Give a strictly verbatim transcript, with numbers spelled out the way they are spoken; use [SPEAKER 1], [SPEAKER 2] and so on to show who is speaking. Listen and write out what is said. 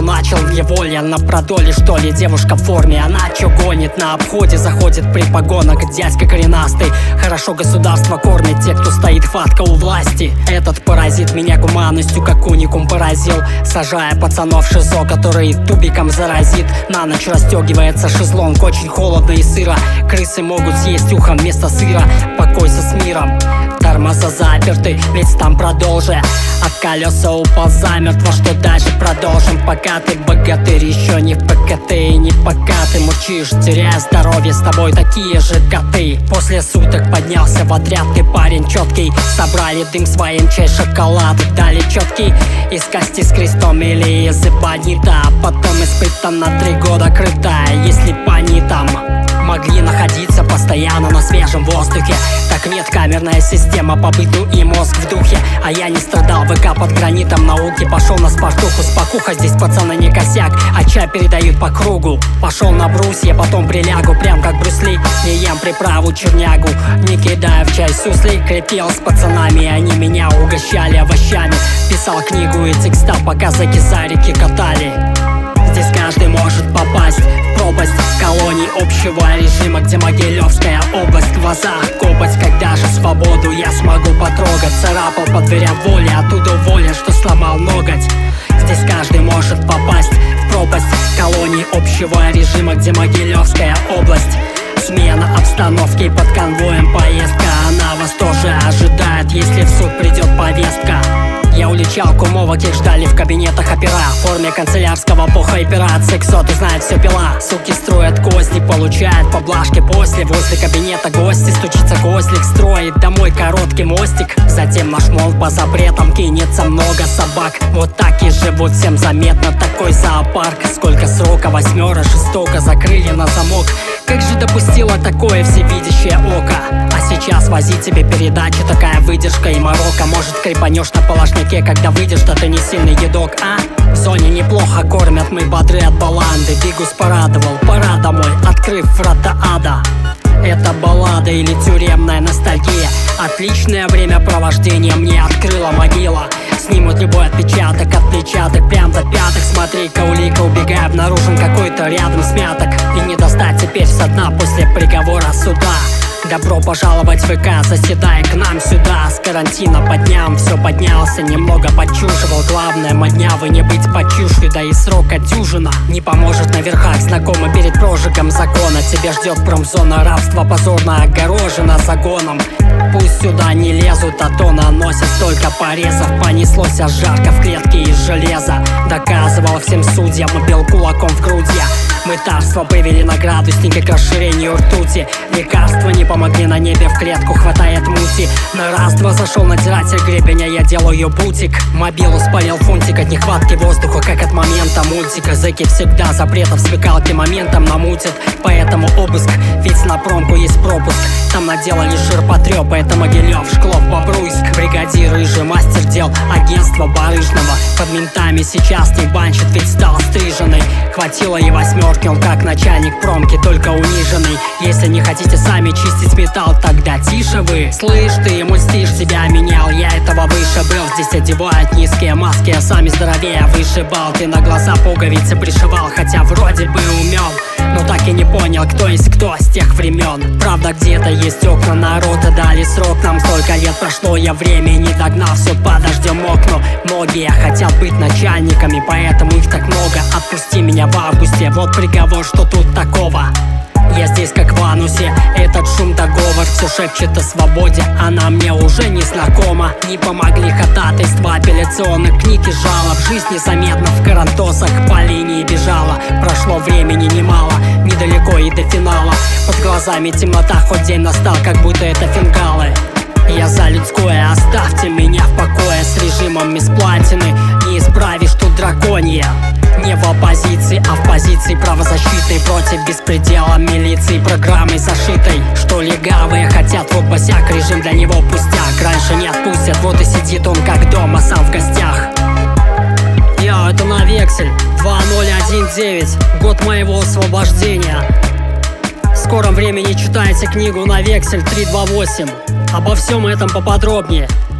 [SPEAKER 1] Все начал в неволе, на продоле что ли. Девушка в форме, она чё гонит? На обходе заходит при погонах дядька коренастый. Хорошо государство кормит те, кто стоит хватка у власти. Этот паразит меня гуманностью как уникум поразил, сажая пацанов в ШИЗО, который тубиком заразит. На ночь расстегивается шезлонг, очень холодно и сыро. Крысы могут съесть ухом вместо сыра. Покойся с миром. Тормоза заперты, ведь там продолжи. От колеса упал замертво, что дальше продолжим. Пока ты богатырь, еще не в ПКТ. И не пока ты мурчишь, теряя здоровье, с тобой такие же коты. После суток поднялся в отряд, ты парень четкий. Собрали дым своим, чай, шоколад, дали четкий. Из кости с крестом или из эбонита. А потом испыта на три года крытая, если по нитам. Могли находиться постоянно на свежем воздухе. Так нет, камерная система по быту и мозг в духе. А я не страдал, ВК под гранитом науки. Пошел на спартуху, спокуха, здесь пацаны не косяк. А чай передают по кругу. Пошел на брусья, потом прилягу, прям как Брюс Ли. Не ем приправу чернягу, не кидаю в чай сусли. Крепил с пацанами, они меня угощали овощами. Писал книгу и текста, пока за кизарики катали. Здесь каждый может попасть в пропасть колоний общего режима, где Могилевская область. В глазах копоть, когда же свободу я смогу потрогать. Царапал по дверям воли, оттуда уволен, что сломал ноготь. Здесь каждый может попасть в пропасть колоний общего режима, где Могилевская область. Смена обстановки под конвоем, поездка. Она вас тоже ожидает, если в суд придет повестка. Я уличал кумовок, их ждали в кабинетах опера. В форме канцелярского пуха и пера. Сексоты знает все пила. Суки строят козни, получают поблажки после. Возле кабинета гости, стучится гостик, строит домой короткий мостик. Затем наш мол по запретам кинется много собак. Вот так и живут, всем заметно такой зоопарк. Сколько срока, восьмера, жестоко закрыли на замок. Как же допустила такое всевидящее око? А сейчас вози тебе передачи, такая выдержка и морока. Может, крепанешь на полошняке, когда выйдешь, да ты не сильный едок, а? В зоне неплохо кормят, мы бодры от баланды. Бигус порадовал, пора домой, открыв врата ада. Это баллада или тюремная ностальгия. Отличное времяпровождение мне открыла могила. Снимут любой отпечаток, отпечаток прям до пяток. Смотри-ка, улика, убегай, обнаружен какой-то рядом смяток. И не достать теперь со дна после приговора суда. Добро пожаловать в ВК, заседай к нам сюда. С карантина по дням все поднялся, немного подчушивал. Главное, моднявый, не быть под чушью, да и срока дюжина. Не поможет на верхах, знакомый перед прожигом закона. Тебя ждет промзона, рабство позорно огорожено загоном. Пусть сюда не лезут, а то наносят столько порезов. Понеслось аж жарко в клетке из железа. Доказывал всем судьям и бил кулаком в грудья. Мытарство вывели на градуснике к расширению ртути. Лекарства не помогли, на небе в клетку хватает мути. На раз-два зашел надзиратель гребеня, я делаю бутик. Мобилу спалил фунтик от нехватки воздуха, как от момента мультика. Зэки всегда запретов смекалки моментом намутят. Поэтому обыск, ведь на промку есть пропуск. Там наделали ширпотреб, это Могилев, Шклов, Бобруйск. Бригадир рыжий, мастер дел агентства барыжного. Под ментами сейчас не банчит, ведь стал стриженный. Хватило и восьмерки, он как начальник промки, только униженный. Если не хотите сами чистить металл, тогда тише вы. Слышь, ты ему льстишь, себя менял, я этого выше был. Здесь одевают низкие маски, а сами здоровее вышибал. Ты на глаза пуговицы пришивал, хотя вроде бы умен. Но так и не понял, кто есть кто с тех времен. Правда, где-то есть окна, народа дали срок. Нам столько лет прошло, я время не догнал. Все подождем окну. Многие хотят быть начальниками, поэтому их так много. Отпусти меня в августе, вот приговор, что тут такого. Я здесь как в анусе, этот шум договор. Все шепчет о свободе, она мне уже не знакома. Не помогли ходатайства апелляционных книг и жалоб. Жизнь незаметно в карантосах по линии бежала. Прошло времени немало, недалеко и до финала. Под глазами темнота, хоть день настал, как будто это фингалы. Я за людское, оставьте меня в покое. С режимом из платины не исправишь тут драконье. Не в оппозиции, а в позиции правозащитной. Против беспредела милиции, программой зашитой. Что легавые хотят, вот босяк, режим для него пустяк. Раньше не отпустят, вот и сидит он как дома, сам в гостях. Йо, это на вексель два ноль один девять, год моего освобождения. В скором времени читайте книгу на вексель три два восемь. Обо всем этом поподробнее.